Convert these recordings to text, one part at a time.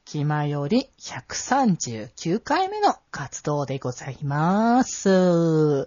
気まより139回目の活動でございます。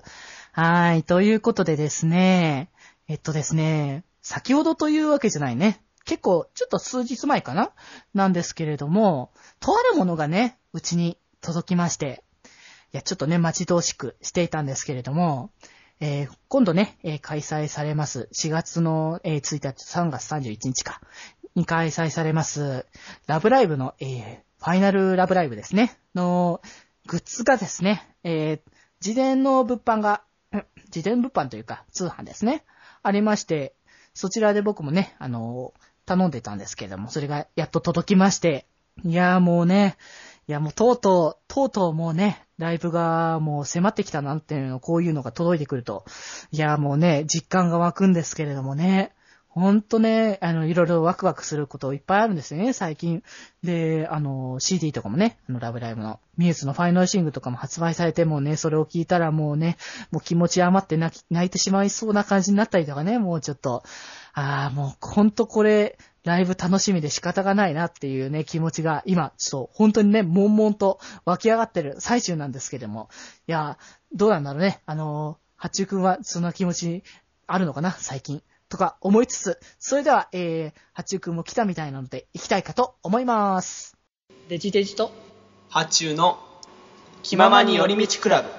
はい。ということでですね、先ほどというわけじゃないね。結構、ちょっと数日前かななんですけれども、とあるものがね、うちに届きまして、いや、ちょっとね、待ち遠しくしていたんですけれども、今度ね、開催されます、4月の、1日、3月31日か、に開催されます、ラブライブの、ファイナルラブライブですね、の、グッズがですね、事前の物販が、事前物販というか、通販ですね、ありまして、そちらで僕もね、頼んでたんですけれども、それがやっと届きまして、いやーもうね、いやもうとうとうもうね、ライブがもう迫ってきたなんていうの、こういうのが届いてくると、いやもうね、実感が湧くんですけれどもね、ほんとね、いろいろワクワクすることいっぱいあるんですよね、最近。で、CD とかもね、ラブライブの、ミューズのファイナルシングルとかも発売されてもね、それを聞いたらもうね、もう気持ち余って泣いてしまいそうな感じになったりとかね、もうちょっと、もうほんとこれ、ライブ楽しみで仕方がないなっていうね、気持ちが今、本当にね、悶々と湧き上がってる最中なんですけども。いや、どうなんだろうね。八中くんはそんな気持ちあるのかな最近。とか思いつつ、それでは、八中くんも来たみたいなので、行きたいかと思います。デジデジと、 八中の気ままに寄り道クラブ。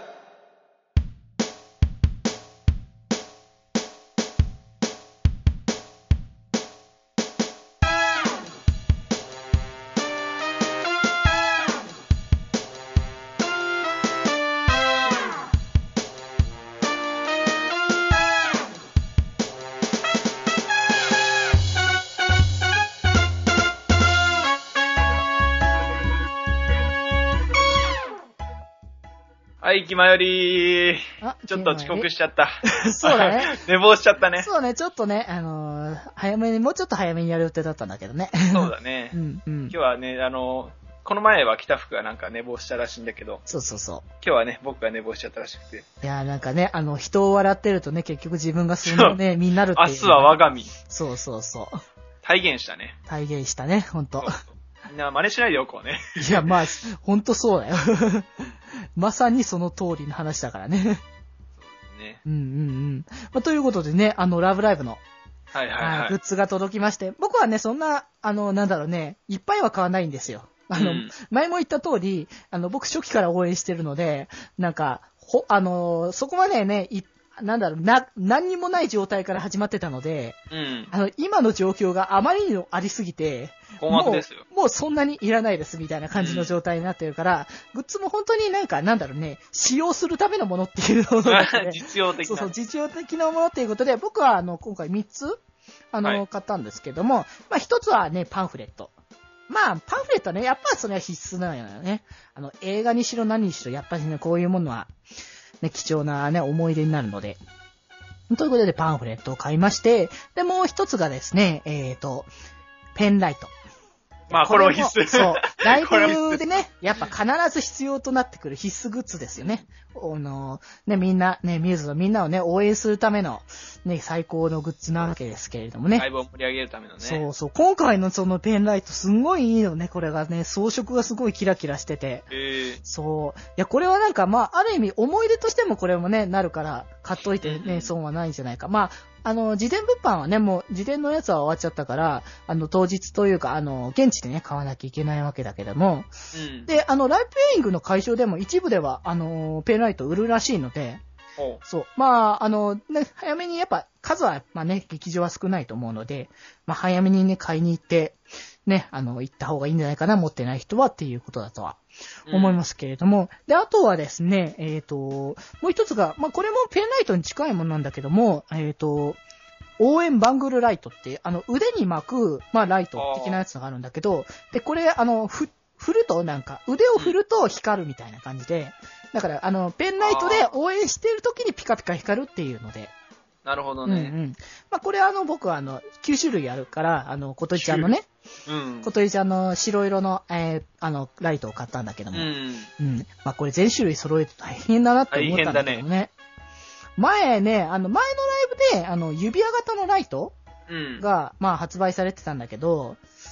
はい、気まよりちょっと遅刻しちゃった。 そうだね。 寝坊しちゃったね。 そうね、ちょっとね、もうちょっと早めにやる予定だったんだけどね。 そうだね。今日はね、この前は北福がなんか寝坊したらしいんだけど。 そう。 今日はね、僕が寝坊しちゃったらしくて。 いやなんかね、人を笑ってるとね、結局自分がそのね、身になるっていう、ね。 明日は我が身。 そう。 体現したね。 体現したね、ほんと。 みんな真似しないでおこうね。 いや、まあ、ほんとそうだよ。まさにその通りの話だからね。そうですね。ということでね、ラブライブの、グッズが届きまして、僕はね、そんな、なんだろうね、いっぱいは買わないんですよ。前も言った通り、僕初期から応援してるので、なんか、そこまでね、何にもない状態から始まってたので、今の状況があまりにもありすぎて、 もうそんなにいらないですみたいな感じの状態になってるから、グッズも本当に使用するためのものっていうのが、ね、 実用的な。 そう、実用的なものっていうことで、僕は今回3つ、買ったんですけども、まあ1つはね、パンフレット。まあ、パンフレットね、やっぱそれは必須なのよね。映画にしろ何にしろ、やっぱりね、こういうものは、ね、貴重なね、思い出になるので。ということで、パンフレットを買いまして、で、もう一つがですね、ペンライト。 まあ、これも必須。 そう。ライブでね、やっぱ必ず必要となってくる必須グッズですよね。ね、みんな、ね、ミューズのみんなをね、応援するための、ね、最高のグッズなわけですけれどもね。 ライブを盛り上げるためのね。 そう。今回のそのペンライトすんごいいいのね、これがね、装飾がすごいキラキラしてて。そう。いや、これはなんか、まあ、ある意味思い出としてもこれもね、なるから、買っといてね、損はないんじゃないか。まあ、事前物販はね、もう、事前のやつは終わっちゃったから、当日というか、現地でね、買わなきゃいけないわけだけども、で、ライブビューイングの会場でも一部では、ペンライト売るらしいので、そう。まあ、ね、早めにやっぱ、数は、まあね、劇場は少ないと思うので、まあ、早めにね、買いに行って、ね、行った方がいいんじゃないかな、持ってない人はっていうことだとは思いますけれども、で、あとはですね、もう一つが、まあ、これもペンライトに近いものなんだけども、応援バングルライトって、腕に巻く、まあ、ライト的なやつがあるんだけど、で、これ、振るとなんか、腕を振ると光るみたいな感じで、だから、ペンライトで応援してる時にピカピカ光るっていうので。 なるほどね。 まあ、これ僕は9種類あるから、こといちゃんのね、こといちゃんの白色の、ライトを買ったんだけども。まあ、これ全種類揃えて大変だなって思ったんだけどね。前ね、前のライブで、指輪型のライトが、まあ、発売されてたんだけど、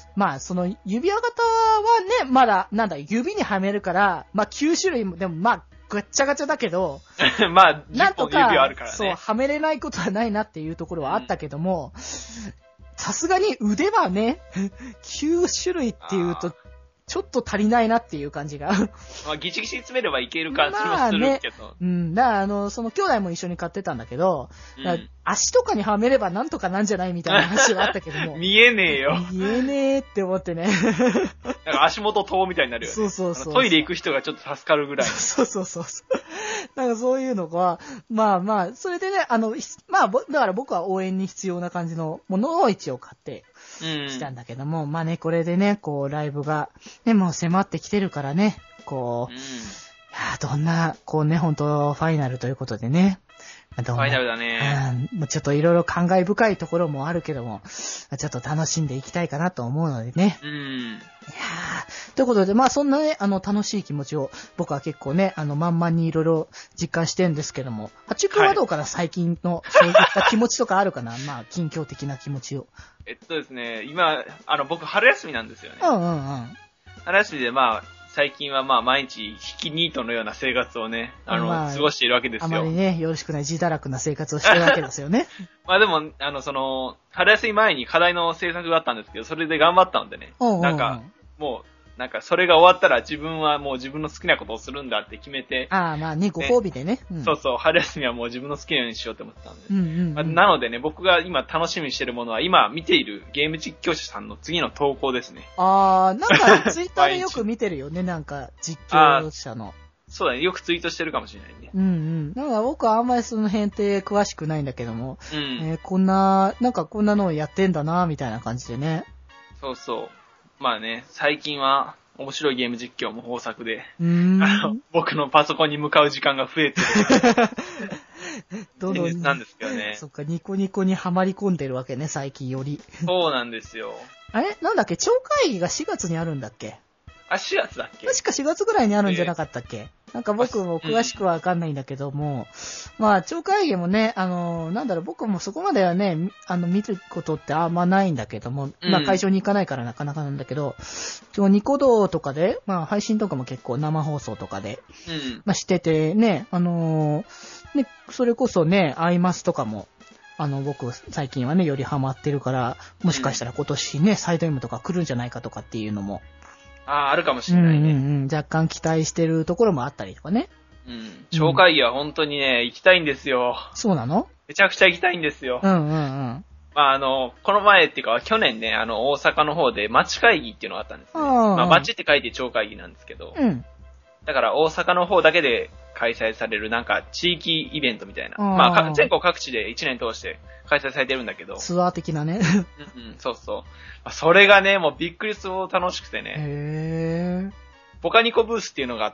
まあ、その指輪型はね、まだ、指にはめるから、まあ9種類も、でもまあ、ガッチャガチャだけど、 まあ、 なんと 10本指輪あるか、 からね。 そう、はめれないことはないなっていうところはあったけども、さすがに腕はね、9種類っていうと、ちょっと足りないなっていう感じが。 まあ、ギチギチに詰めればいける感じもするけど。 うん。だからその兄弟も一緒に買ってたんだけど、足とかにはめればなんとかなんじゃないみたいな話があったけども。 見えねえよ。 見えねえって思ってね。 なんか足元塔みたいになるよね。 そう。 トイレ行く人がちょっと助かるぐらい。 そう。なんかそういうのが、まあ、それでね、まあ、だから僕は応援に必要な感じのものを一応買ってきたんだけども、まあね、これでね、こう、ライブが、ね、もう迫ってきてるからね、こう、いやどんな、こうね、本当ファイナルということでね。 ファイナルだね。 もうちょっといろいろ感慨深いところもあるけども、ちょっと楽しんでいきたいかなと思うのでね。いやということで、まあそんなね、楽しい気持ちを僕は結構ね、満々にいろいろ実感してるんですけども、八中君はどうかな、最近のそういった気持ちとかあるかなまあ、近況的な気持ちを。 ですね、今、僕春休みなんですよね。春休みでまあ、最近はまあ毎日引きニートのような生活をね、過ごしているわけですよ。 あまりね、よろしくない自堕落な生活をしてるわけですよね。 まあでも、春休み前に課題の制作があったんですけど、それで頑張ったのでね、なんか、もう、なんかそれが終わったら自分はもう自分の好きなことをするんだって決めて。 まあね、ご褒美でね。 そう、春休みはもう自分の好きなようにしようと思ってたんで。なのでね、僕が今楽しみにしてるものは、今見ているゲーム実況者さんの次の投稿ですね。 なんかツイッターでよく見てるよね、なんか実況者の。 そうだね、よくツイートしてるかもしれないね。 なんか僕はあんまりその辺って詳しくないんだけども、こんなのをやってんだな、みたいな感じでね。 そう。まあね、最近は面白いゲーム実況も豊作で、僕のパソコンに向かう時間が増えてる。どんどんなんですけどね。 そっか、ニコニコにはまり込んでるわけね、最近より。 そうなんですよ。 あれなんだっけ超会議が4月にあるんだっけ 4月だっけ確か4月ぐらいにあるんじゃなかったっけなんか僕も詳しくはわかんないんだけども、まあ、超会議もね、僕もそこまではね、見ることってあんまないんだけども、まあ、会場に行かないからなかなかなんだけど、今日ニコ動とかで、まあ、配信とかも結構生放送とかで、まあ、しててね、ね、それこそね、アイマスとかも、僕、最近はね、よりハマってるから、もしかしたら今年ね、サイド M とか来るんじゃないかとかっていうのも、 あるかもしれないね。 若干期待してるところもあったりとかね。 超会議は本当にね、行きたいんですよ。 そうなの？ めちゃくちゃ行きたいんですよ。まあこの前っていうか、去年ね、大阪の方で町会議っていうのがあったんですね。まあ町って書いて超会議なんですけど。だから大阪の方だけで開催されるなんか地域イベントみたいな。まあ全国各地で1年通して開催されてるんだけど。 ツアー的なね。 そう。それがね、もうびっくりするほど楽しくてね。ボカニコブースっていうのがあって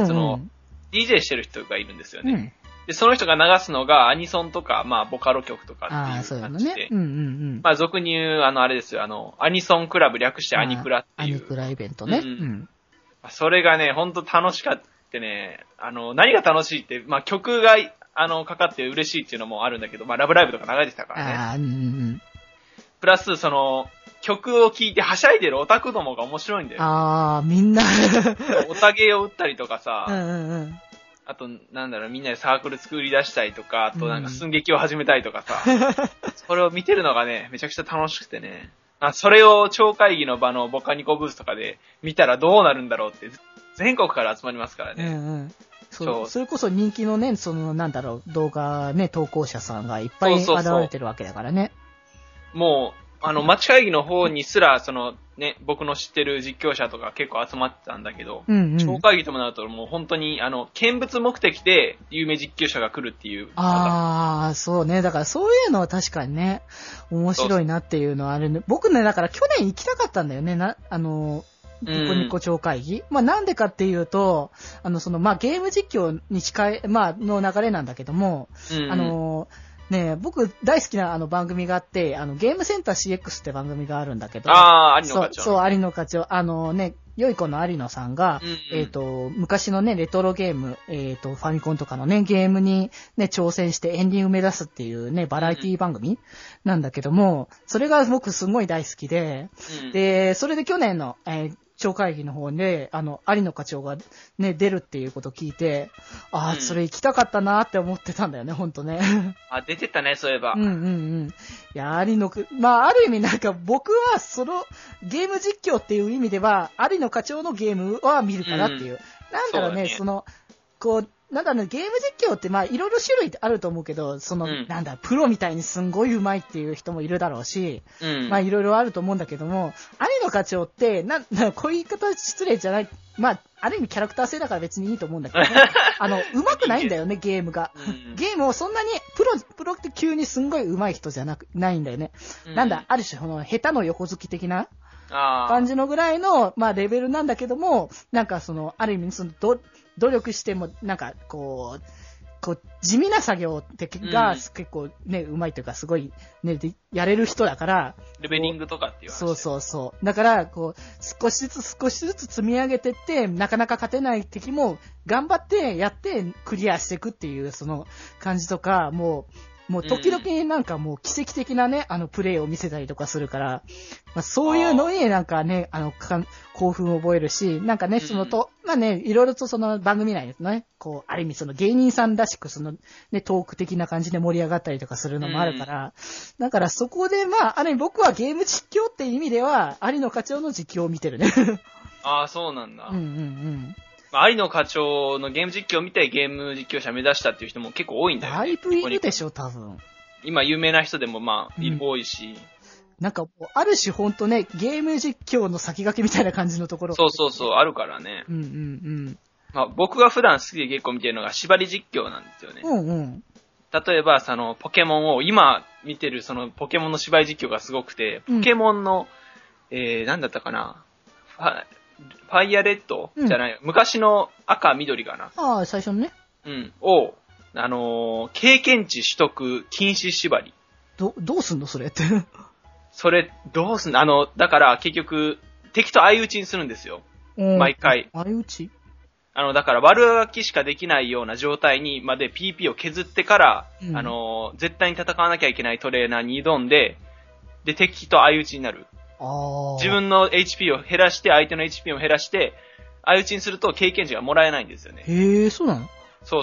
、DJ してる人がいるんですよね。で、その人が流すのがアニソンとか、まあボカロ曲とかっていう感じで。まあ俗に言う、あれですよ、アニソンクラブ略してアニクラっていう。 アニクライベントね。 それがね、ほんと楽しかってね、何が楽しいって、まあ曲が、かかって嬉しいっていうのもあるんだけど、まあラブライブとか流れてたからね。プラス、曲を聴いてはしゃいでるオタクどもが面白いんだよ。 みんな。 オタゲーを打ったりとかさ、あと、なんだろう、みんなでサークル作り出したりとか、あとなんか寸劇を始めたりとかさ、それを見てるのがね、めちゃくちゃ楽しくてね。それを超会議の場のボカニコブースとかで見たらどうなるんだろうって、全国から集まりますからね。 それこそ人気のね、なんだろう、動画ね、投稿者さんがいっぱい現れてるわけだからね。 もう、町会議の方にすら、ね、僕の知ってる実況者とか結構集まってたんだけど、超会議ともなるともう本当に、見物目的で有名実況者が来るっていう。 そうね。だからそういうのは確かにね、面白いなっていうのはあるね。僕ね、だから去年行きたかったんだよね。ニコニコ超会議。まあなんでかっていうと、まあゲーム実況に近い、まあの流れなんだけども、 ね、僕大好きな番組があって、ゲームセンター CX って番組があるんだけど。 有野課長。 そう、有野課長。良い子の有野さんが、昔のね、レトロゲーム、ファミコンとかのね、ゲームにね、挑戦してエンディング目指すっていうね、バラエティ番組なんだけども、それが僕すごい大好きで、で、それで去年の、町会議の方で、有野課長がね、出るっていうことを聞いて、それ行きたかったなって思ってたんだよね、ほんとね。 出てたね、そういえば。 いや、有野く、まあ、ある意味なんか僕はそのゲーム実況っていう意味では、有野課長のゲームは見るかなっていう。なんだろうね、こう、なんだろうね、ゲーム実況ってまあいろいろ種類あると思うけど、なんだ、プロみたいにすんごい上手いっていう人もいるだろうし、まあいろいろあると思うんだけども、有野課長って、こういう言い方失礼じゃない、まあ、ある意味キャラクター性だから別にいいと思うんだけどね。上手くないんだよね、ゲームが。ゲームをそんなに、プロって急にすんごい上手い人じゃないんだよね。なんだ、ある種、下手の横好き的な感じのぐらいの、まあレベルなんだけども、なんかある意味努力しても、なんか、こう、地味な作業が結構ね、うまいというか、すごいね、やれる人だから、 レベリングとかっていう話。そう。だから、少しずつ積み上げてって、なかなか勝てない敵も、頑張ってやってクリアしていくっていう、その感じとか、もう時々なんかもう奇跡的なね、プレイを見せたりとかするから、まあ、そういうのになんかね、興奮を覚えるし、なんかね、まあね、いろいろとその番組内ですね、ある意味芸人さんらしくね、トーク的な感じで盛り上がったりとかするのもあるから、だからそこでまあ、ある意味僕はゲーム実況っていう意味では、有野課長の実況を見てるね。 そうなんだ。有野課長のゲーム実況を見てゲーム実況者目指したっていう人も結構多いんだよね。 だいぶいるでしょ、多分。 今有名な人でもまあ、多いし。 なんかある種ほんとね、ゲーム実況の先駆けみたいな感じのところ。 そう、あるからね。まあ、僕が普段好きで結構見てるのが縛り実況なんですよね。例えば、ポケモンを、今見てるポケモンの縛り実況がすごくて、ポケモンの、なんだったかな。ファイアレッドじゃない、昔の赤緑かな。 最初のね。 を、経験値取得禁止縛り。 どうすんのそれって。 それ、どうすんのだから結局、敵と相打ちにするんですよ。毎回。 相打ちだから悪あがきしかできないような状態にまで PP を削ってから、絶対に戦わなきゃいけないトレーナーに挑んで、で、敵と相打ちになる。自分の HP を減らして、相手の HP を減らして、相打ちにすると経験値がもらえないんですよね。 へえ、そうなの？ そう。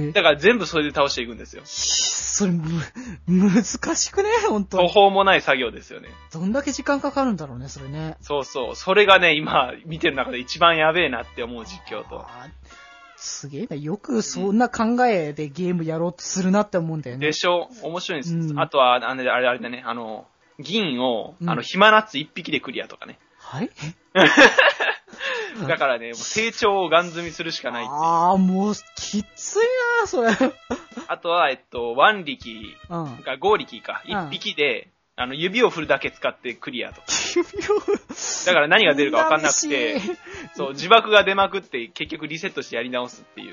だから全部それで倒していくんですよ。 それ、難しくねほんと。 途方もない作業ですよね。 どんだけ時間かかるんだろうね、それね。 そう。それがね、今見てる中で一番やべえなって思う実況と。 すげえな。よくそんな考えでゲームやろうとするなって思うんだよね。 でしょ？面白いんです。あとは、あれだね、銀を、暇ナッツ一匹でクリアとかね。 はい？ だからね、もう成長をガン積みするしかないっていう。 もう、きついなそれ。 あとは、1力が5力か。1匹で、指を振るだけ使ってクリアとか。だから何が出るか分かんなくて、そう、自爆が出まくって結局リセットしてやり直すっていう、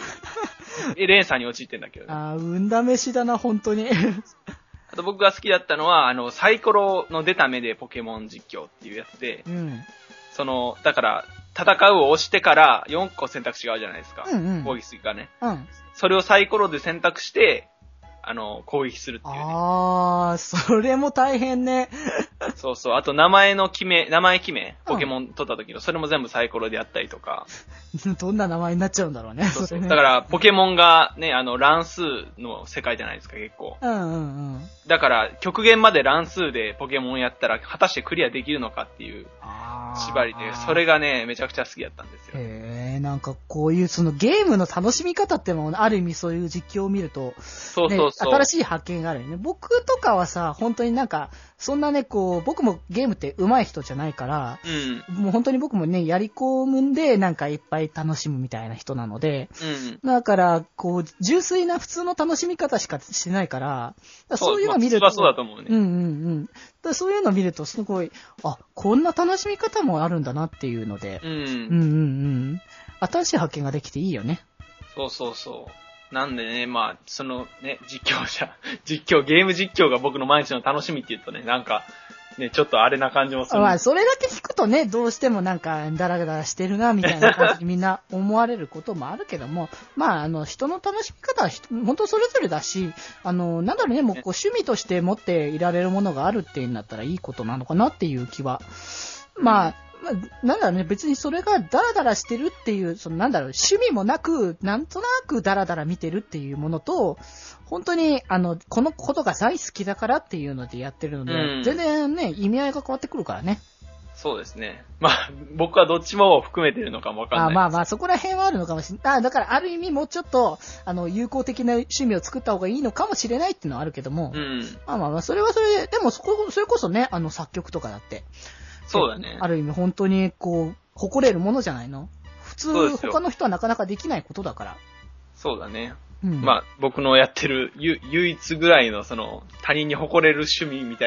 連鎖に陥ってんだけどね。 運試しだな、本当に。 あと僕が好きだったのは、サイコロの出た目でポケモン実況っていうやつで、だから、戦うを押してから4個選択肢があるじゃないですか。攻撃がね。それをサイコロで選択して、攻撃するっていうね。 それも大変ね。 そう。あと名前決め、ポケモン取った時の、それも全部サイコロでやったりとか。 どんな名前になっちゃうんだろうね。 そう。だから、ポケモンがね、乱数の世界じゃないですか、結構。だから、極限まで乱数でポケモンやったら、果たしてクリアできるのかっていう縛りで、それがね、めちゃくちゃ好きだったんですよ。 なんかこういうゲームの楽しみ方ってもある意味そういう実況を見ると、新しい発見があるよね。僕とかはさ、本当になんか、そんなね、僕もゲームって上手い人じゃないから、もう本当に僕もね、やり込むんで、なんかいっぱい楽しむみたいな人なので、だから、純粋な普通の楽しみ方しかしてないから、そういうのを見ると、 そうだと思うね。 そういうのを見ると、すごい、こんな楽しみ方もあるんだなっていうので、新しい発見ができていいよね。 そう。 なんでね、まあ、そのね、ゲーム実況が僕の毎日の楽しみって言うとね、なんか、ね、ちょっとあれな感じもする。 まあ、それだけ聞くとね、どうしてもなんか、ダラダラしてるな、みたいな感じでみんな思われることもあるけども、まあ、人の楽しみ方は本当それぞれだし、なんだろうね、もうこう趣味として持っていられるものがあるっていうんだったらいいことなのかなっていう気は、まあ、なんだろうね、別にそれがダラダラしてるっていう、なんだろう、趣味もなく、なんとなくダラダラ見てるっていうものと、本当に、このことが大好きだからっていうのでやってるので、全然ね、意味合いが変わってくるからね。 そうですね。まあ、僕はどっちも含めてるのかもわかんないです。 まあ、そこら辺はあるのかもしれない。だからある意味もうちょっと、有効的な趣味を作った方がいいのかもしれないっていうのはあるけども、まあ、それはそれで、でもそれこそね、作曲とかだって、 そうだね。 ある意味本当にこう、誇れるものじゃないの？普通、他の人はなかなかできないことだから。 そうだね。まあ、僕のやってる唯一ぐらいの他人に誇れる趣味みたい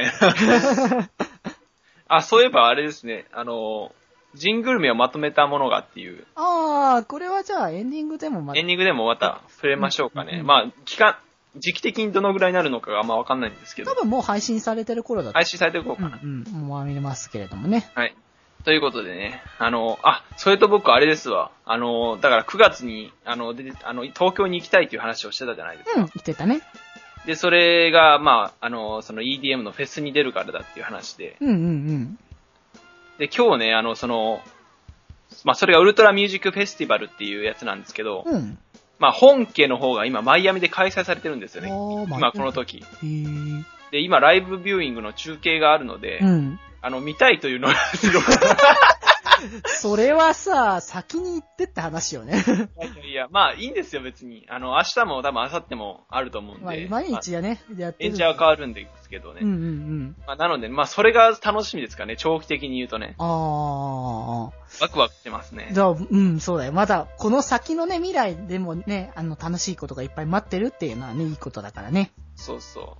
な。そういえばあれですね、ジングルメをまとめたものがっていう。 これはじゃあエンディングでもまた触れましょうかね。まあ、時期的にどのぐらいになるのかがあんまわかんないんですけど。 多分もう配信されてる頃だと。 配信されてる頃かな。 もう見れますけれどもね。 はい。ということでね、それと僕あれですわ。だから9月に、東京に行きたいという話をしてたじゃないですか。 言ってたね。 で、それが、まあ、その EDM のフェスに出るからだっていう話で。で、今日ね、まあ、それがウルトラミュージックフェスティバルっていうやつなんですけど、まあ、本家の方が今、マイアミで開催されてるんですよね。今、この時。で、今、ライブビューイングの中継があるので、見たいというのが、 それはさ、先に行ってって話よね。 いや、まあ、いいんですよ、別に。明日も多分明後日もあると思うんで。 まあ、毎日やね、やってる。 演者は変わるんですけどね。まあ、なので、まあ、それが楽しみですかね、長期的に言うとね。ワクワクしてますね。 そうだよ。まだ、この先のね、未来でもね、楽しいことがいっぱい待ってるっていうのはね、いいことだからね。 そうそう。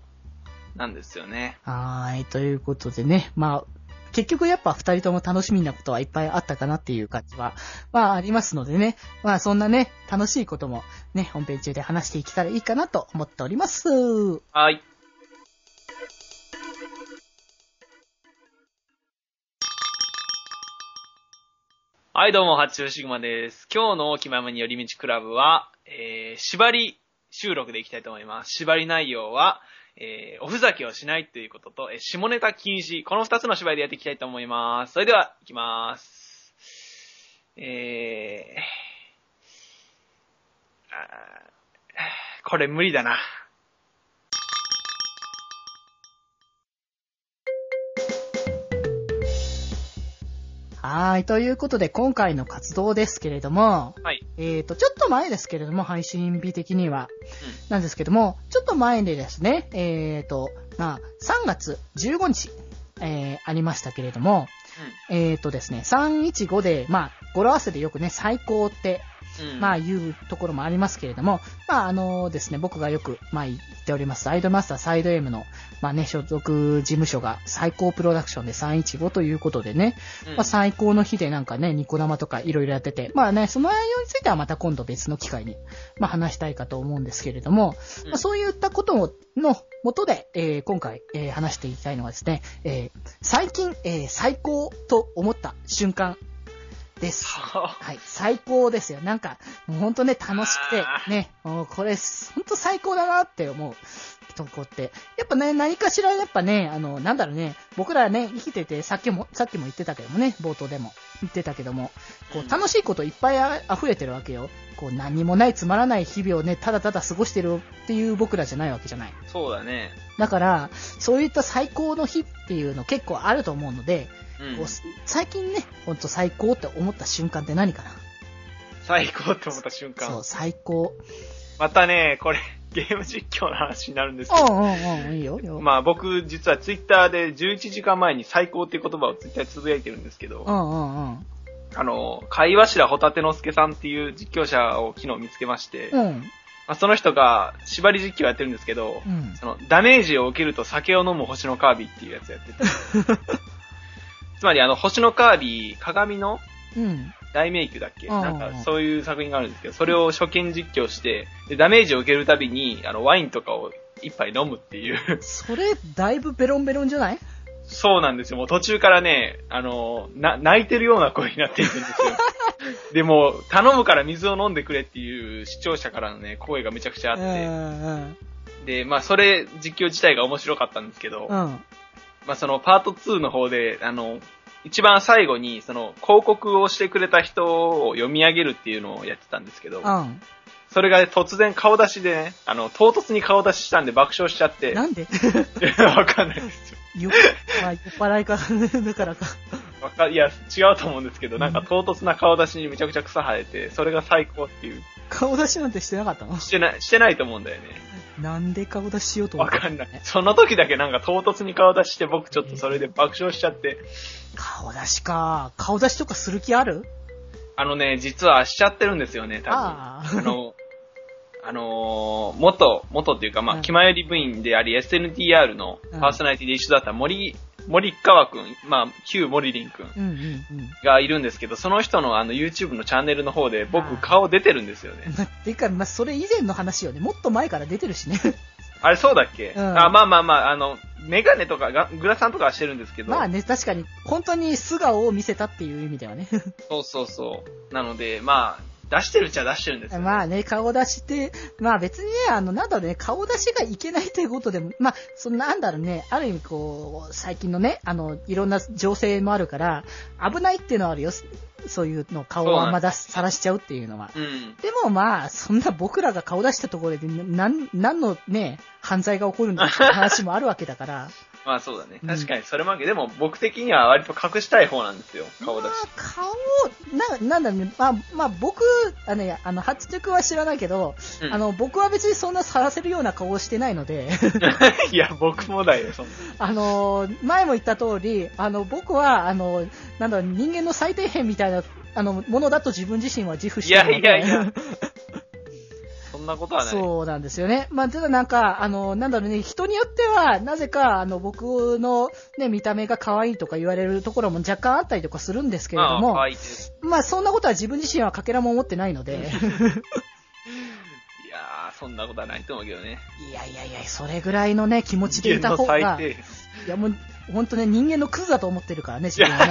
なんですよね。 ということでね、まあ、結局やっぱ二人とも楽しみなことはいっぱいあったかなっていう感じは、まあありますのでね。まあそんなね、楽しいこともね、本編中で話していけたらいいかなと思っております。 はい。はい、どうも、八中シグマです。今日の気ままに寄り道クラブは、縛り収録でいきたいと思います。縛り内容は、おふざけをしないということと、下ネタ禁止、この2つの芝居でやっていきたいと思います。それでは、いきます。これ無理だな。 ということで今回の活動ですけれども、 はい。 ちょっと前ですけれども、配信日的には、なんですけども、ちょっと前でですね、まあ、3月15日、ありましたけれども、ですね、315で、まあ、語呂合わせでよくね、最高って、まあ、いうところもありますけれども、まあ、ですね、僕がよく、まあ、言っております、アイドルマスターサイド M の、まあね、所属事務所が最高プロダクションで315ということでね、まあ、最高の日でなんかね、ニコ生とかいろいろやってて、まあね、その内容についてはまた今度別の機会に、まあ、話したいかと思うんですけれども、まあ、そういったことの元で、今回、話していきたいのはですね、最近、最高と思った瞬間、です。はい。最高ですよ。なんか、もうほんとね、楽しくて、ね、もうこれ、ほんと最高だなって思うとこって。やっぱね、何かしらやっぱね、なんだろうね、僕らね、生きてて、さっきも言ってたけどもね、冒頭でも言ってたけども、こう、楽しいこといっぱい溢れてるわけよ。こう、何にもないつまらない日々をね、ただただ過ごしてるっていう僕らじゃないわけじゃない。 そうだね。 だから、そういった最高の日っていうの結構あると思うので、こう最近ね、ほんと最高って思った瞬間って何かな？ 最高って思った瞬間。 そう、最高。 またね、これ、ゲーム実況の話になるんですけど。 いいよ。 まあ僕、実はツイッターで11時間前に最高っていう言葉をツイッターでつぶやいてるんですけど、貝柱ホタテの助さんっていう実況者を昨日見つけまして、まあ、その人が縛り実況やってるんですけど、そのダメージを受けると酒を飲む星のカービィっていうやつやってて。つまり星のカービィ、鏡の大迷宮だっけ、なんかそういう作品があるんですけど、それを初見実況して、 で、ダメージを受けるたびに、ワインとかを一杯飲むっていう。 それ、だいぶベロンベロンじゃない？ そうなんですよ。もう途中からね、泣いてるような声になっていくんですよ。でも、頼むから水を飲んでくれっていう視聴者からのね、声がめちゃくちゃあって。で、まあ、それ、実況自体が面白かったんですけど、まあ、その、パート2の方で、一番最後に、その、広告をしてくれた人を読み上げるっていうのをやってたんですけど、それが、ね、突然顔出しでね、唐突に顔出ししたんで爆笑しちゃって。 なんでわかんないですよ。 まあ、酔っ払いか、だからか。 いや、違うと思うんですけど、なんか唐突な顔出しにめちゃくちゃ草生えて、それが最高っていう。 顔出しなんてしてなかったの？ してないと思うんだよね。 なんで顔出ししようと思った？ わかんない。その時だけなんか唐突に顔出しして僕ちょっとそれで爆笑しちゃって。 顔出しか。顔出しとかする気ある？ 実はしちゃってるんですよね、多分。元っていうか、まあ、気まより部員であり、SNTR のパーソナリティで一緒だった森川くん、まあ、旧森林くんがいるんですけど、その人のYouTube のチャンネルの方で僕顔出てるんですよね。 てか、まあ、それ以前の話よね。もっと前から出てるしね。 あれそうだっけ？まあ、メガネとかグラサンとかはしてるんですけど。 まあね、確かに、本当に素顔を見せたっていう意味ではね。 そう。なので、まあ、出してるっちゃ出してるんですよ、ね。 まあね、顔出しって、まあ別にね、なんだろうね、顔出しがいけないということでも、まあ、なんだろうね、ある意味こう、最近のね、いろんな情勢もあるから、危ないっていうのはあるよ。そういうの顔をあんまさらしちゃうっていうのは。でもまあ、そんな僕らが顔出したところで、何のね、犯罪が起こるんだって話もあるわけだから。 まあそうだね。確かにそれもあるけど、でも僕的には割と隠したい方なんですよ、顔出し。 なんだろうね、まあ僕、八中は知らないけど、僕は別にそんな晒せるような顔をしてないので。 いや、僕もだよ、そんな。前も言った通り、僕は、なんだろう、人間の最底辺みたいな、ものだと自分自身は自負してるので。いや。 そんなことはない。 そうなんですよね。まあ、ただなんか、なんだろうね、人によっては、なぜか、僕のね、見た目が可愛いとか言われるところも若干あったりとかするんですけれども、 可愛いです。 まあ、そんなことは自分自身はかけらも思ってないので。いやー、そんなことはないと思うけどね。 いや、それぐらいのね、気持ちでいた方が、いやもう、ほんとね、人間のクズだと思ってるからね、自分はね。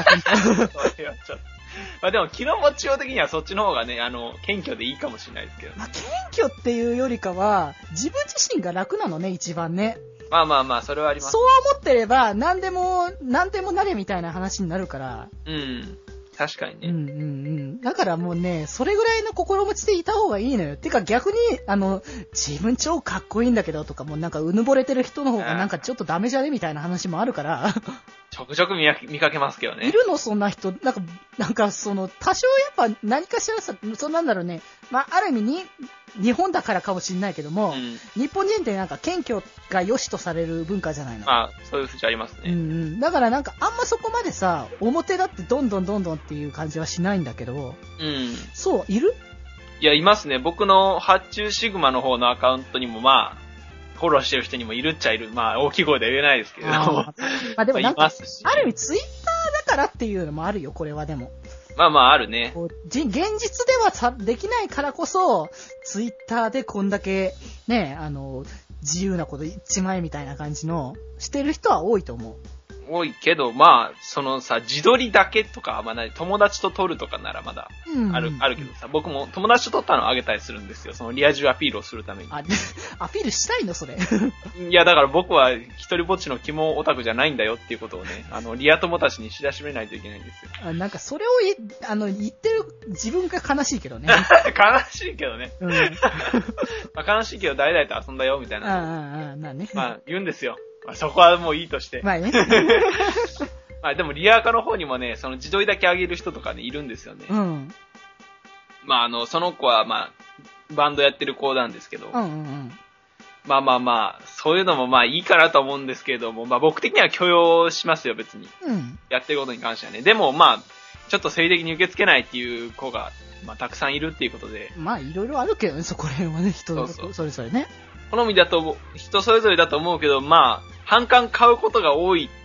まあでも気の持ちよう的にはそっちの方がね、謙虚でいいかもしれないですけど、ね。 まあ謙虚っていうよりかは、自分自身が楽なのね、一番ね。 まあ、それはあります。 そう思ってれば、何でもなれみたいな話になるから。 確かにね。 だからもうね、それぐらいの心持ちでいた方がいいのよ。てか逆に、自分超かっこいいんだけどとかもなんかうぬぼれてる人の方がなんかちょっとダメじゃねみたいな話もあるから。 ちょくちょく見かけますけどね。 いるのそんな人。多少やっぱ何かしらさ、なんだろうね。まあ、ある意味に、日本だからかもしれないけども、日本人ってなんか謙虚が良しとされる文化じゃないの。 まあ、そういう節ありますね。 だからなんかあんまそこまでさ、表だってどんどんっていう感じはしないんだけど、そう、いる？ いや、いますね。僕の発注シグマの方のアカウントにもまあ、フォローしてる人にもいるっちゃいる。まあ、大きい声では言えないですけれども。 まあでもなんか、ある意味ツイッターだからっていうのもあるよ、これはでも。 まあ、あるね。 現実ではできないからこそ、ツイッターでこんだけ、ね、自由なこと一枚みたいな感じの、してる人は多いと思う。 多いけど、まあ、そのさ、自撮りだけとか、まあ友達と撮るとかならまだあるけどさ、僕も友達と撮ったのをあげたりするんですよ。そのリア充アピールをするために。 アピールしたいのそれ。 いや、だから僕は一人ぼっちの肝オタクじゃないんだよっていうことをね、リア友達に知らしめないといけないんですよ。 なんかそれを言ってる自分が悲しいけどね。 悲しいけどね。まあ悲しいけど誰々と遊んだよみたいな。まあ言うんですよ。まあ、そこはもういいとして。 まあね。 まあでもリアカの方にもね、その自撮りだけ上げる人とかね、いるんですよね。まあその子はまあ、バンドやってる子なんですけど。まあ、そういうのもまあいいかなと思うんですけれども、まあ僕的には許容しますよ、別に。やってることに関してはね。でもまあ、ちょっと性的に受け付けないっていう子が、まあたくさんいるっていうことで。 まあいろいろあるけどね、そこら辺はね、人それぞれね。 好みだと、人それぞれだと思うけど、まあ、反感買うことが多い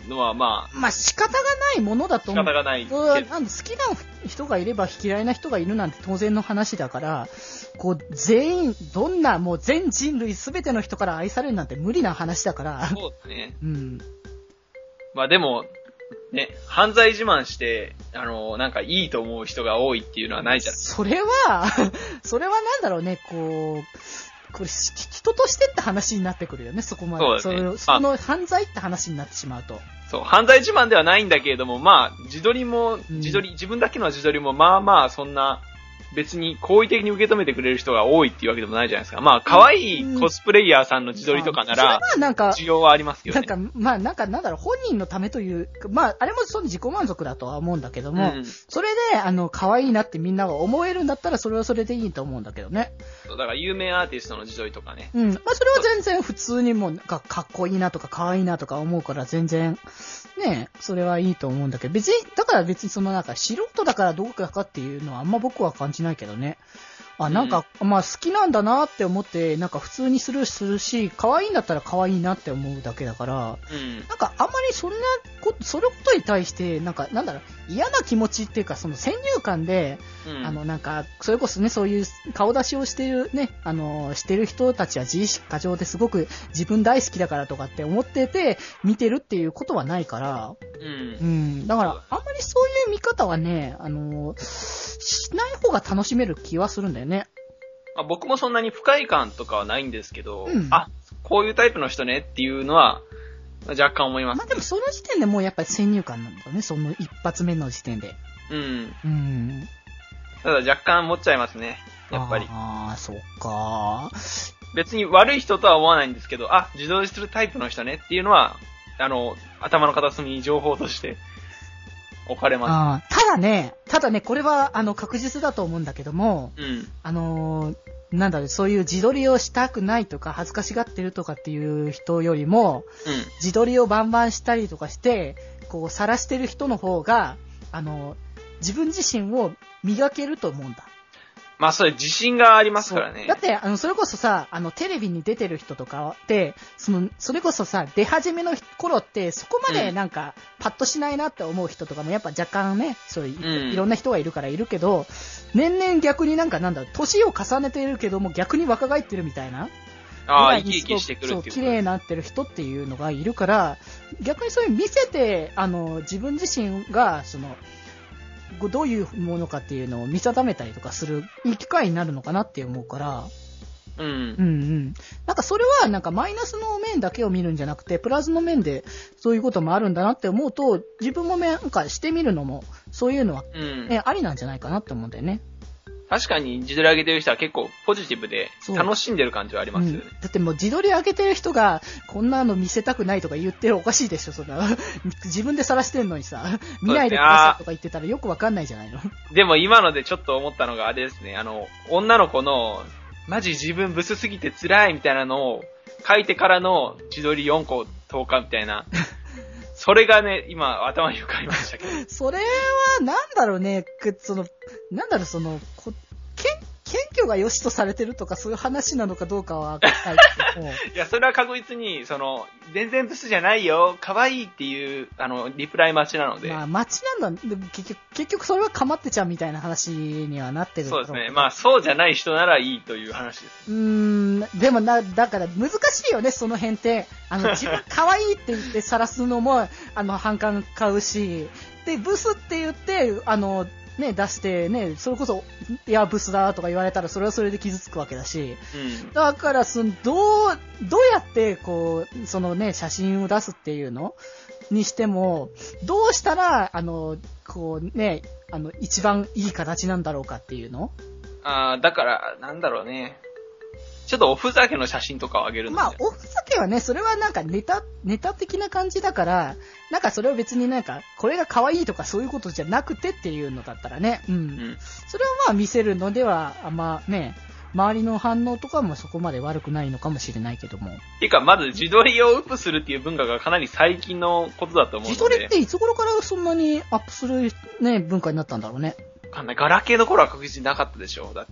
のはまあ。 まあ仕方がないものだと思う。 仕方がない。 好きな人がいれば嫌いな人がいるなんて当然の話だから、こう全員、どんなもう全人類すべての人から愛されるなんて無理な話だから。 そうですね。 うん。 まあでも、ね、犯罪自慢して、なんかいいと思う人が多いっていうのはないじゃん。 それはなんだろうね、これ人としてって話になってくるよね、そこまで。 そうだね。 その犯罪って話になってしまうと。 そう、犯罪自慢ではないんだけれども、まあ、自分だけの自撮りもまあまあそんな、別に好意的に受け止めてくれる人が多いっていうわけでもないじゃないですか。まあ、可愛いコスプレイヤーさんの自撮りとかなら、需要はありますけどね。 なんだろう、本人のためという、まあ、あれもその自己満足だとは思うんだけども、それで、可愛いなってみんなが思えるんだったら、それはそれでいいと思うんだけどね。 そう、だから有名アーティストの自撮りとかね。 まあ、それは全然普通にもかっこいいなとか可愛いなとか思うから全然、ね、それはいいと思うんだけど、だから別にその素人だからどうかっていうのはあんま僕は感じないけどね。まあ好きなんだなって思って、普通にスルーするし、可愛いんだったら可愛いなって思うだけだから、あんまりそれことに対して、なんだろう、嫌な気持ちっていうか、その先入観で、それこそね、そういう顔出しをしてるね、してる人たちは自意識過剰ですごく自分大好きだからとかって思ってて、見てるっていうことはないから、だから、あんまりそういう見方はね、しない方が楽しめる気はするんだよね。 まあ、僕もそんなに不快感とかはないんですけど、こういうタイプの人ねっていうのは、若干思います、ね。 まあでもその時点でもうやっぱり先入観なんだよね、その一発目の時点で。 ただ若干持っちゃいますね、やっぱり。 ああ、そっか。 別に悪い人とは思わないんですけど、自撮りするタイプの人ねっていうのは、頭の片隅に情報として置かれます。 ただね、これは、確実だと思うんだけども、そういう自撮りをしたくないとか、恥ずかしがってるとかっていう人よりも、自撮りをバンバンしたりとかして、こう、晒してる人の方が、自分自身を磨けると思うんだ。 まあ、それ自信がありますからね。 だって、それこそさ、テレビに出てる人とかって、それこそさ、出始めの頃って、そこまでパッとしないなって思う人とかも、やっぱ若干ね、そういう、いろんな人がいるからいるけど、年々逆に年を重ねているけども、逆に若返ってるみたいな。 生き生きしてくるっていう。 そう、綺麗になってる人っていうのがいるから、逆にそういう見せて、自分自身が、どういうものかっていうのを見定めたりとかするいい機会になるのかなって思うから、それはマイナスの面だけを見るんじゃなくて、プラスの面でそういうこともあるんだなって思うと、自分もしてみるのも、そういうのは、ありなんじゃないかなって思うんだよね。 確かに自撮り上げてる人は結構ポジティブで楽しんでる感じはありますよね。 だってもう自撮り上げてる人がこんなの見せたくないとか言ってるおかしいでしょ、そんな。自分で晒してんのにさ、見ないでくださいとか言ってたらよくわかんないじゃないの。 でも今のでちょっと思ったのがあれですね、女の子のマジ自分ブスすぎて辛いみたいなのを書いてからの自撮り4個投下みたいな。それがね、今頭に浮かびましたけど。 それは、謙虚が良しとされてるとかそういう話なのかどうかはわからないけども。 いや、それは確実に、全然ブスじゃないよ、可愛いっていう、リプライ待ちなので。 まあ、待ちなんだ。でも結局それはかまってちゃんみたいな話にはなってる。 そうですね。まあ、そうじゃない人ならいいという話です。 でもだから難しいよね、その辺って。自分可愛いって言って晒すのも、反感買うし、で、ブスって言って、出してね、それこそ、いや、ブスだとか言われたら、それはそれで傷つくわけだし、だから、どうやって、写真を出すっていうのにしても、どうしたら、一番いい形なんだろうかっていうの？ だから、なんだろうね。ちょっとおふざけの写真とかをあげるの。 まあ、おふざけはね、それはネタ的な感じだから、それを別にこれが可愛いとかそういうことじゃなくてっていうのだったらね、それはまあ見せるのでは、周りの反応とかもそこまで悪くないのかもしれないけども。 ていうか、まず自撮りをアップするっていう文化がかなり最近のことだと思うので。 自撮りっていつ頃からそんなにアップするね、文化になったんだろうね。 ガラケーの頃は確実になかったでしょ、だって。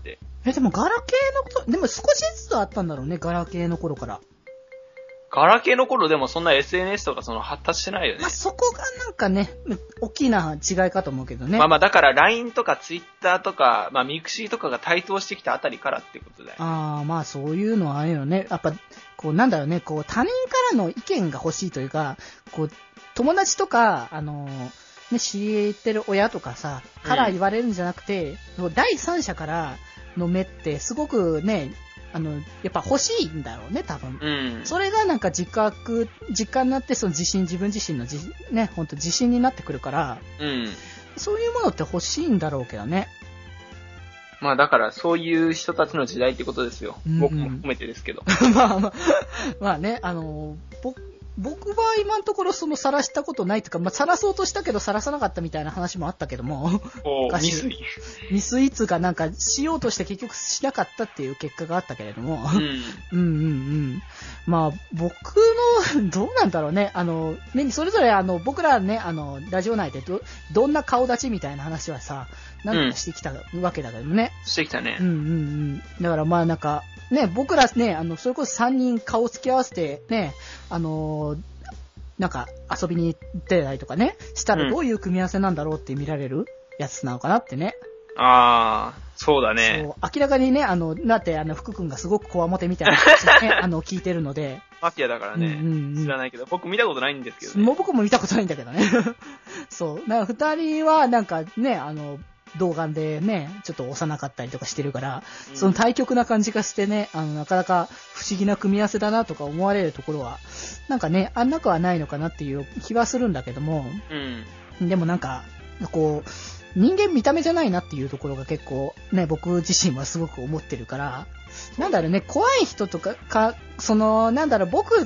でもガラケーのこと、でも少しずつあったんだろうね、ガラケーの頃から。 ガラケーの頃でもそんな SNS とかその発達してないよね。 まあ、そこがなんかね、大きな違いかと思うけどね。 まあだから LINE とか Twitter とか、まあミクシーとかが台頭してきたあたりからってことだよね。 ああ、まあそういうのはあるよね。やっぱ、こうなんだろうね、こう他人からの意見が欲しいというか、こう、友達とか、ね、知ってる親とかさ、から言われるんじゃなくて、第三者からの目ってすごくね、やっぱ欲しいんだろうね、多分。 うん。 それがなんか実感になって、その自分自身のね、ほんと自信になってくるから、 うん。そういうものって欲しいんだろうけどね。 まあだからそういう人たちの時代ってことですよ。僕も含めてですけど。 まあね、僕は今のところその晒したことないというか、まあ晒そうとしたけど晒さなかったみたいな話もあったけども。未遂つがなんかしようとして結局しなかったっていう結果があったけれども。まあ僕の、どうなんだろうね。それぞれ僕らね、ラジオ内でどんな顔立ちみたいな話はさ、なんかしてきたわけだけどね。 してきたね。 だからまあなんか、ね、僕らね、それこそ3人顔つき合わせて、ね、なんか遊びに行ってたりとかね、したらどういう組み合わせなんだろうって見られるやつなのかなってね。 ああ、そうだね。 そう、明らかにね、だって福君がすごくこわもてみたいな感じでね、聞いてるので。 マフィアだからね、知らないけど、僕見たことないんですけどね。 僕も見たことないんだけどね。そう、なんか2人はなんかね、童顔でね、ちょっと幼かったりとかしてるから、その対極な感じがしてね、なかなか不思議な組み合わせだなとか思われるところは、なんかね、なくはないのかなっていう気はするんだけども、でもなんか、こう、人間見た目じゃないなっていうところが結構ね、僕自身はすごく思ってるから、なんだろうね、怖い人とか、なんだろう、僕って、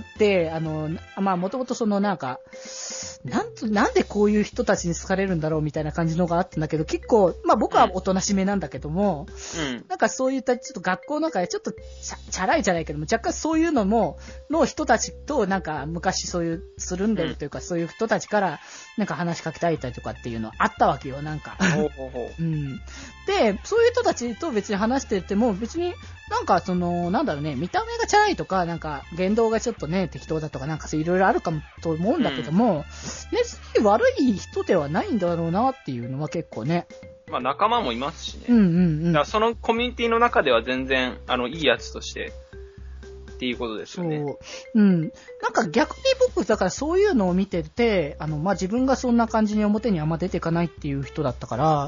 まあ、もともとなんか、なんでこういう人たちに好かれるんだろうみたいな感じのがあったんだけど、結構、まあ僕はおとなしめなんだけども、なんかそういったちょっと学校の中でちょっとチャラいじゃないけども、若干そういうのの人たちとなんか昔そういうつるんでるというか、そういう人たちからなんか話しかけたりとかっていうのあったわけよ、なんか。で、そういう人たちと別に話してても、別になんかなんだろうね、見た目がチャラいとか、なんか言動がちょっとね、適当だとかなんかいろいろあるかもと思うんだけども、悪い人ではないんだろうなっていうのは結構ね。 まあ仲間もいますしね。だからそのコミュニティの中では全然、いいやつとして、っていうことですよね。 そう。なんか逆に僕、だからそういうのを見てて、まあ自分がそんな感じに表にあんま出ていかないっていう人だったから、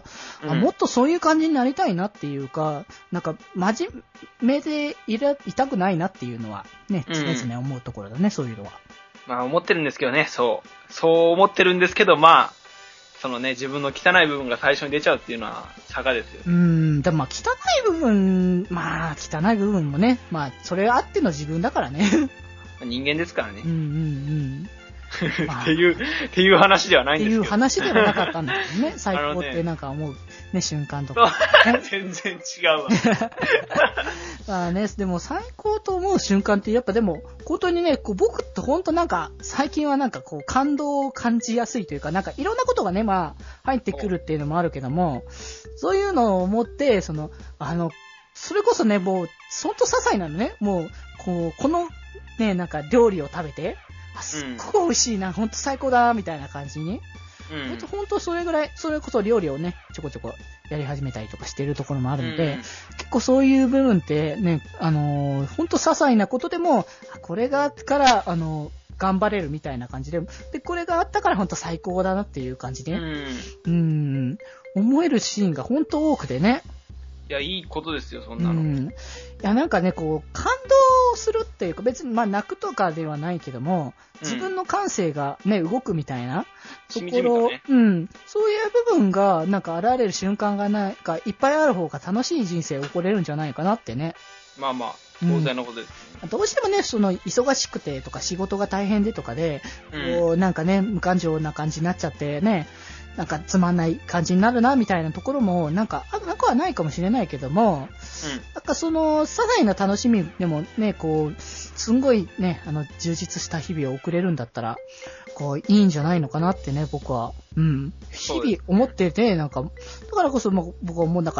もっとそういう感じになりたいなっていうか、なんか真面目でいたくないなっていうのはね、常々思うところだね、そういうのは。 まあ思ってるんですけどね、そう思ってるんですけど、まあ、そのね、自分の汚い部分が最初に出ちゃうっていうのは坂ですよ。 でもまあ汚い部分もね、まあそれあっての自分だからね。 人間ですからね。 まあ、 っていう話ではないんですけど。 っていう話ではなかったんだけどね。最高ってなんか思うね、瞬間とか、 ね。全然違うわ。 まあね、でも最高と思う瞬間ってやっぱでも、本当にね、こう僕って本当なんか、最近はなんかこう感動を感じやすいというか、なんかいろんなことがね、まあ入ってくるっていうのもあるけども、そういうのを思って、それこそね、もう、本当些細なのね、もう、このね、なんか料理を食べて、すっごい美味しいな、ほんと最高だ、みたいな感じに。ほんとそれぐらい、それこそ料理をね、ちょこちょこやり始めたりとかしてるところもあるので、結構そういう部分ってね、ほんと些細なことでも、これがあったから、頑張れるみたいな感じで、これがあったからほんと最高だなっていう感じで、思えるシーンがほんと多くてね。 いや、いいことですよ、そんなの。 いや、なんかね、こう、感動するっていうか、別に、まあ、泣くとかではないけども、自分の感性がね、動くみたいなところ、そういう部分が、なんか現れる瞬間がいっぱいある方が楽しい人生を送れるんじゃないかなってね。 まあまあ、当然のことです、 どうしてもね、忙しくてとか仕事が大変でとかで、こう、なんかね、無感情な感じになっちゃってね、なんかつまんない感じになるなみたいなところもなんかなくはないかもしれないけども、なんか些細な楽しみでもね、こうすんごいね充実した日々を送れるんだったらこういいんじゃないのかなってね、僕は日々思ってて、なんかだからこそ僕はもうなんか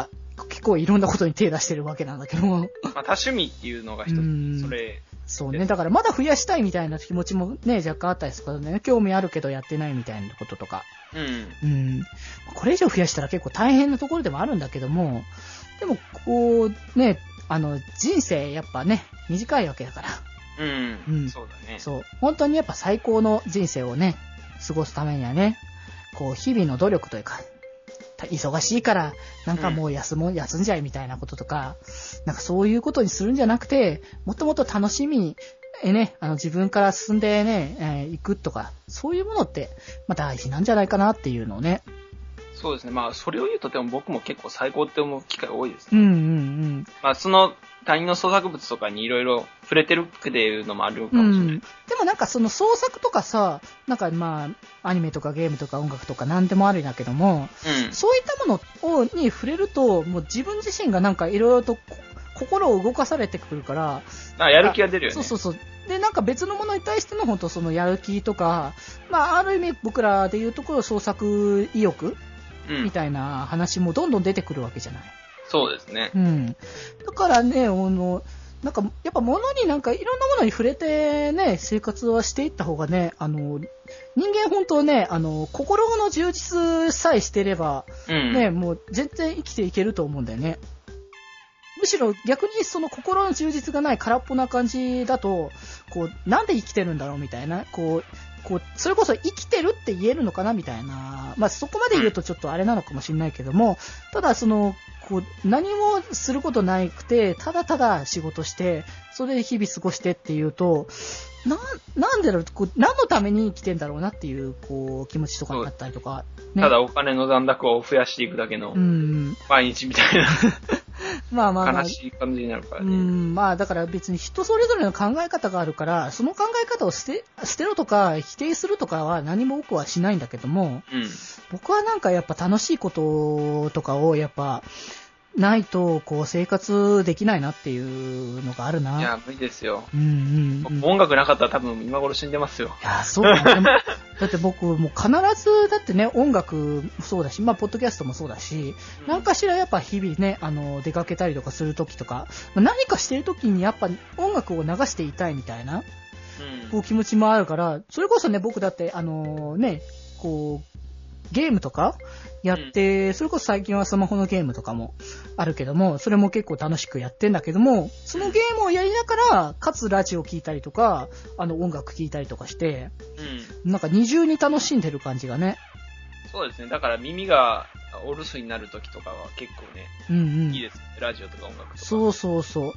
結構いろんなことに手出してるわけなんだけども。 まあ、多趣味っていうのが一つ、それ。 そうね。だからまだ増やしたいみたいな気持ちもね、若干あったりするからね。興味あるけどやってないみたいなこととか。これ以上増やしたら結構大変なところでもあるんだけども、でも、こう、ね、人生やっぱね、短いわけだから。 そうだね。 そう。本当にやっぱ最高の人生をね、過ごすためにはね、こう、日々の努力というか、忙しいから、なんかもう休んじゃいみたいなこととか、なんかそういうことにするんじゃなくて、もっともっと楽しみに、ね、自分から進んでね、行くとか、そういうものって、まあ大事なんじゃないかなっていうのをね。 そうですね。まあ、それを言うとでも僕も結構最高って思う機会多いですね。まあ、他人の創作物とかにいろいろ触れてるっていうのもあるかもしれない。 でもなんかその創作とかさ、なんかまあ、アニメとかゲームとか音楽とか何でもあるんだけども、そういったものに触れると、もう自分自身がなんかいろいろと心を動かされてくるから、 やる気が出るよね。 そう。で、なんか別のものに対しての本当そのやる気とか、まあある意味僕らでいうところ創作意欲みたいな話もどんどん出てくるわけじゃない。 そうですね。 だからね、なんか、やっぱ物になんかいろんなものに触れてね、生活はしていった方がね、人間本当ね、心の充実さえしてれば、ね、もう全然生きていけると思うんだよね。むしろ逆にその心の充実がない空っぽな感じだと、こう、なんで生きてるんだろうみたいな、こう、それこそ生きてるって言えるのかなみたいな、まあそこまで言うとちょっとあれなのかもしれないけども、ただこう、何もすることなくて、ただただ仕事して、それで日々過ごしてっていうと、なんでだろう、何のために生きてんだろうなっていう、こう、気持ちとかになったりとか。 ね、ただお金の残高を増やしていくだけの、毎日みたいな。まあ悲しい感じになるからね。 まあだから別に人それぞれの考え方があるから、その考え方を捨てろとか否定するとかは何も僕はしないんだけども、僕はなんかやっぱ楽しいこととかをやっぱないとこう生活できないなっていうのがあるな。 いや、無理ですよ。音楽なかったら多分今頃死んでますよ。 いや、そうだね。だって僕もう必ずだってね、音楽もそうだし、まあポッドキャストもそうだし、何かしらやっぱ日々ね、出かけたりとかするときとか、何かしてるときにやっぱ音楽を流していたいみたいな、こう気持ちもあるから、それこそね、僕だってね、こうゲームとかやって、それこそ最近はスマホのゲームとかもあるけども、それも結構楽しくやってんだけども、そのゲームをやりながら、かつラジオ聞いたりとか、音楽聞いたりとかして、なんか二重に楽しんでる感じがね。 そうですね。だから耳がお留守になる時とかは結構ね、いいです。ラジオとか音楽とか。 そう。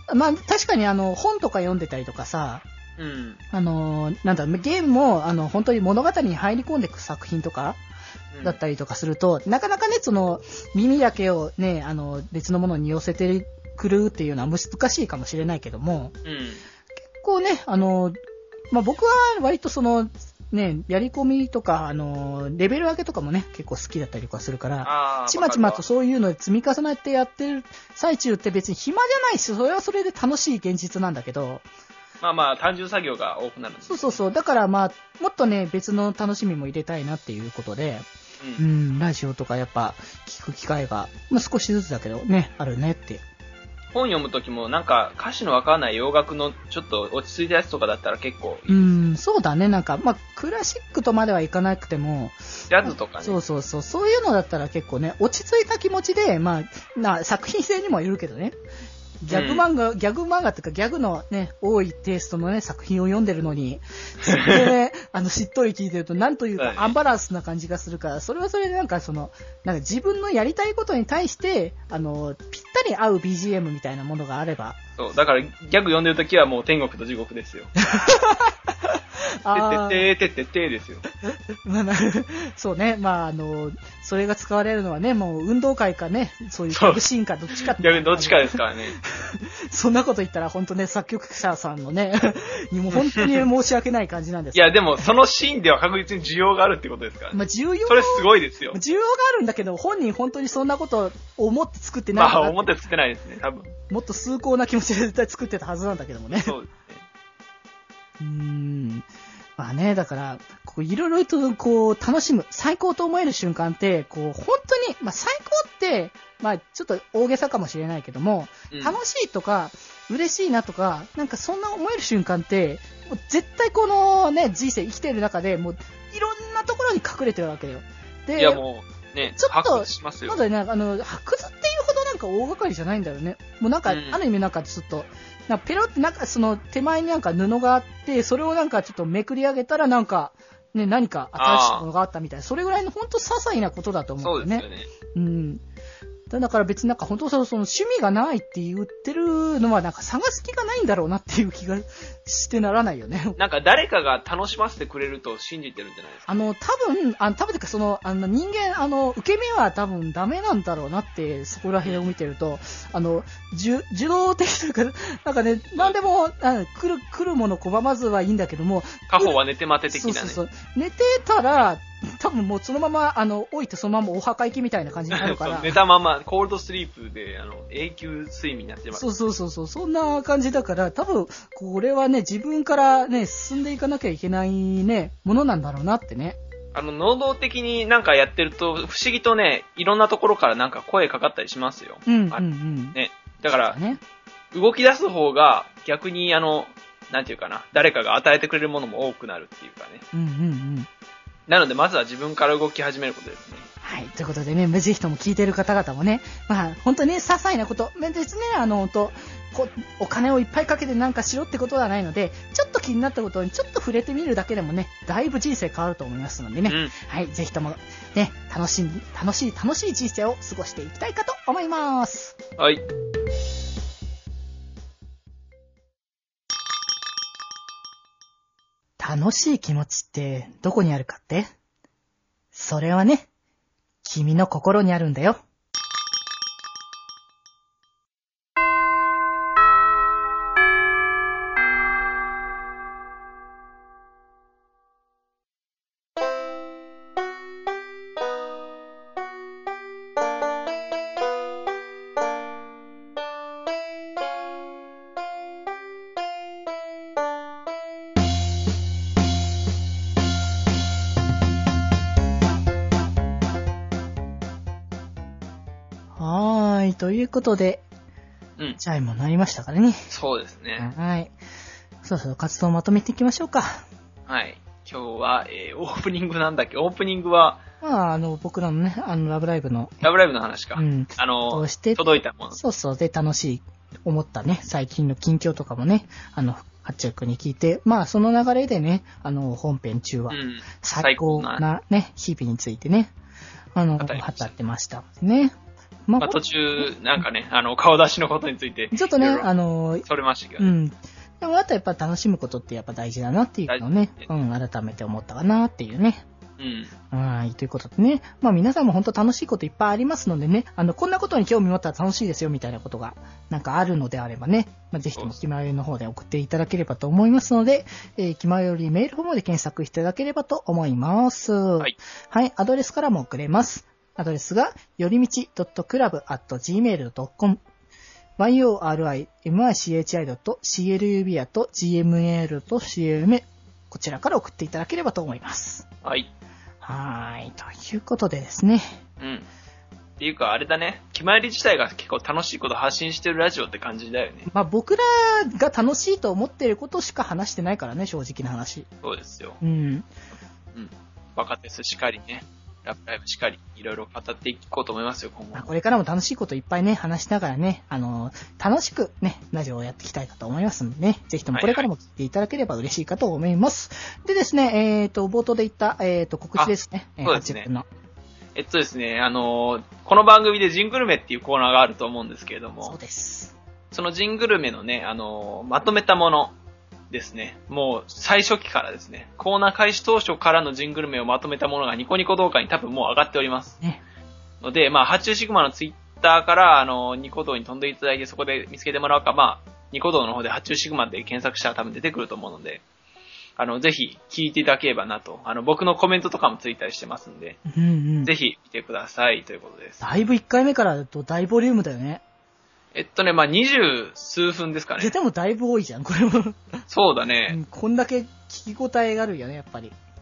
まあ確かに本とか読んでたりとかさ、なんだ、ゲームも本当に物語に入り込んでいく作品とか、だったりとかすると、なかなかね、耳だけをね、別のものに寄せてくるっていうのは難しいかもしれないけども、結構ね、まあ、僕は割とね、やり込みとか、レベル上げとかもね、結構好きだったりとかするから、ちまちまとそういうので積み重ねてやってる最中って別に暇じゃないし、それはそれで楽しい現実なんだけど、 まあ、単純作業が多くなるんです。 そう。だからまあ、もっとね、別の楽しみも入れたいなっていうことで、ラジオとかやっぱ聞く機会が、まあ少しずつだけどね、あるねって。 本読むときもなんか歌詞のわからない洋楽のちょっと落ち着いたやつとかだったら結構いいです。 そうだね。なんか、まあクラシックとまではいかなくても、 ジャズとかね。 そういうのだったら結構ね、落ち着いた気持ちで、まあ、作品性にもよるけどね。ギャグ漫画っていうかギャグのね、多いテイストのね、作品を読んでるのに、それでね、しっとり聞いてると、なんというかアンバランスな感じがするから、それはそれでなんかなんか自分のやりたいことに対して、ぴったり合う BGM みたいなものがあれば。 そう、だからギャグ読んでるときはもう天国と地獄ですよ。てですよ。 そうね。まあ、それが使われるのはね、もう運動会かね、そういうギャグシーンかどっちかって。 どっちかですからね。 そんなこと言ったら本当ね、作曲者さんのね、にも本当に申し訳ない感じなんです。 いや、でもそのシーンでは確実に需要があるってことですからね。 まあ、 それすごいですよ。 需要があるんだけど、本人本当にそんなことを思って作ってない。 まあ、思って作ってないですね、多分。 もっと崇高な気持ちで絶対作ってたはずなんだけどもね。 そうですね。まあね、だから、いろいろとこう楽しむ、最高と思える瞬間って、こう本当に、まあ最高って、 まあ、ちょっと大げさかもしれないけども、楽しいとか、嬉しいなとか、なんかそんな思える瞬間って、もう絶対このね、人生生きてる中で、もういろんなところに隠れてるわけよ。 で、いやもう、ね、ちょっと、 まだね、発掘っていうほどなんか大掛かりじゃないんだよね。もうなんか、ある意味なんかちょっと、なんかペロってなんかその手前になんか布があって、それをなんかちょっとめくり上げたらなんか、ね、何か新しいものがあったみたいな、それぐらいの本当些細なことだと思うんだよね。そうですよね。だから別になんか本当その趣味がないって言ってるのはなんか探す気がないんだろうなっていう気がしてならないよね。 なんか誰かが楽しませてくれると信じてるんじゃないですか。 多分てかその、人間、受け身は多分ダメなんだろうなって、そこら辺を見てると、受動的というか、なんかね、なんでも、来るもの拒まずはいいんだけども、 家宝は寝て待て的なね。 そう。寝てたら、多分もうそのまま、置いてそのままお墓行きみたいな感じになるから。 寝たまま、コールドスリープで、永久睡眠になってます。 そう。そんな感じだから、多分、これはね、自分からね、進んでいかなきゃいけないね、ものなんだろうなってね。 能動的になんかやってると、不思議とね、いろんなところからなんか声かかったりしますよ。ね。だから、ね、動き出す方が、逆になんていうかな、誰かが与えてくれるものも多くなるっていうかね。なので、まずは自分から動き始めることですね。 はい。ということでね、ぜひとも聞いてる方々もね、まあ、本当にね、些細なこと、別にね、お金をいっぱいかけてなんかしろってことはないので、ちょっと気になったことにちょっと触れてみるだけでもね、だいぶ人生変わると思いますのでね。はい。ぜひとも、ね、楽しい人生を過ごしていきたいかと思います。 はい。 楽しい気持ちってどこにあるかって？それはね、君の心にあるんだよ。ということで、チャイムになりましたからね。 そうですね。 はい。そうそう、活動をまとめていきましょうか。 はい。今日は、オープニングなんだっけ？オープニングは、 まあ、僕らのね、ラブライブの話か。 どうして届いたもの。 そう。で、楽しい、思ったね、最近の近況とかもね、ハッチャクに聞いて、まあ、その流れでね、本編中は、最高なね、日々についてね、語ってましたね。 まあ途中、なんかね、顔出しのことについて。 ちょっとね、 それましたけどね。 でもあとやっぱ楽しむことってやっぱ大事だなっていうのをね、改めて思ったかなっていうね。はい、ということでね。まあ皆さんも本当楽しいこといっぱいありますのでね、こんなことに興味持ったら楽しいですよみたいなことがなんかあるのであればね、まあ、ぜひとも気まよりの方で送っていただければと思いますので、気まよりメールフォームで検索していただければと思います。はい。はい、アドレスからも送れます。アドレスが、よりみち.club@gmail.com yorimichi.club@gmail.com こちらから送っていただければと思います。 はい。 はい。ということでですね。 っていうか、あれだね。気まより自体が結構楽しいこと発信してるラジオって感じだよね。 まあ僕らが楽しいと思っていることしか話してないからね、正直な話。 そうですよ。若手しかりね。ラブライブしっかりいろいろ語っていこうと思いますよ、今後。 これからも楽しいこといっぱいね、話しながらね、楽しくね、ラジオをやっていきたいかと思いますのでね、ぜひともこれからも聞いていただければ嬉しいかと思います。でですね、冒頭で言った、告知ですね。 そうですね。ですね、この番組でジングルメっていうコーナーがあると思うんですけれども。 そうです。 そのジングルメのね、まとめたもの。ですね。もう最初期からですね。コーナー開始当初からのジングルメをまとめたものがニコニコ動画に多分もう上がっております。ので、まあ、発注シグマのツイッターから、ニコ動に飛んでいただいてそこで見つけてもらうか、まあ、ニコ動の方で発注シグマで検索したら多分出てくると思うので、ぜひ聞いていただければなと。僕のコメントとかもついたりしてますんで、ぜひ見てくださいということです。 だいぶ1回目からだと大ボリュームだよね。 まあ、20数分ですかね。 でもだいぶ多いじゃん、これも。 そうだね。 こんだけ聞き応えがあるよね、やっぱり。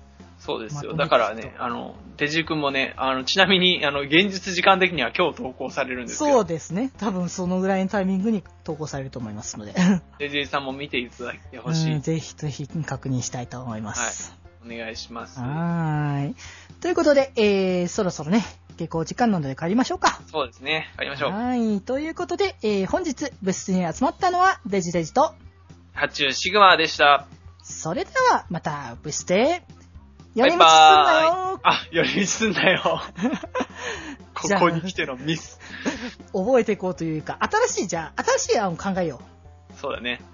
そうですよ。だからね、デジ君もね、ちなみに、現実時間的には今日投稿されるんですよ。 そうですね。多分そのぐらいのタイミングに投稿されると思いますので。 デジさんも見ていただいてほしい。 ぜひぜひ確認したいと思います。 はい。お願いします。 はい。ということで、そろそろね、下校時間なので帰りましょうか。 そうですね。帰りましょう。 はい。ということで、本日部室に集まったのはデジデジと、 発注シグマでした。 それでは、また部室で、寄り道すんなよ。 寄り道すんなよ。ここに来てのミス。 覚えていこうというか、新しい案を考えよう。 そうだね。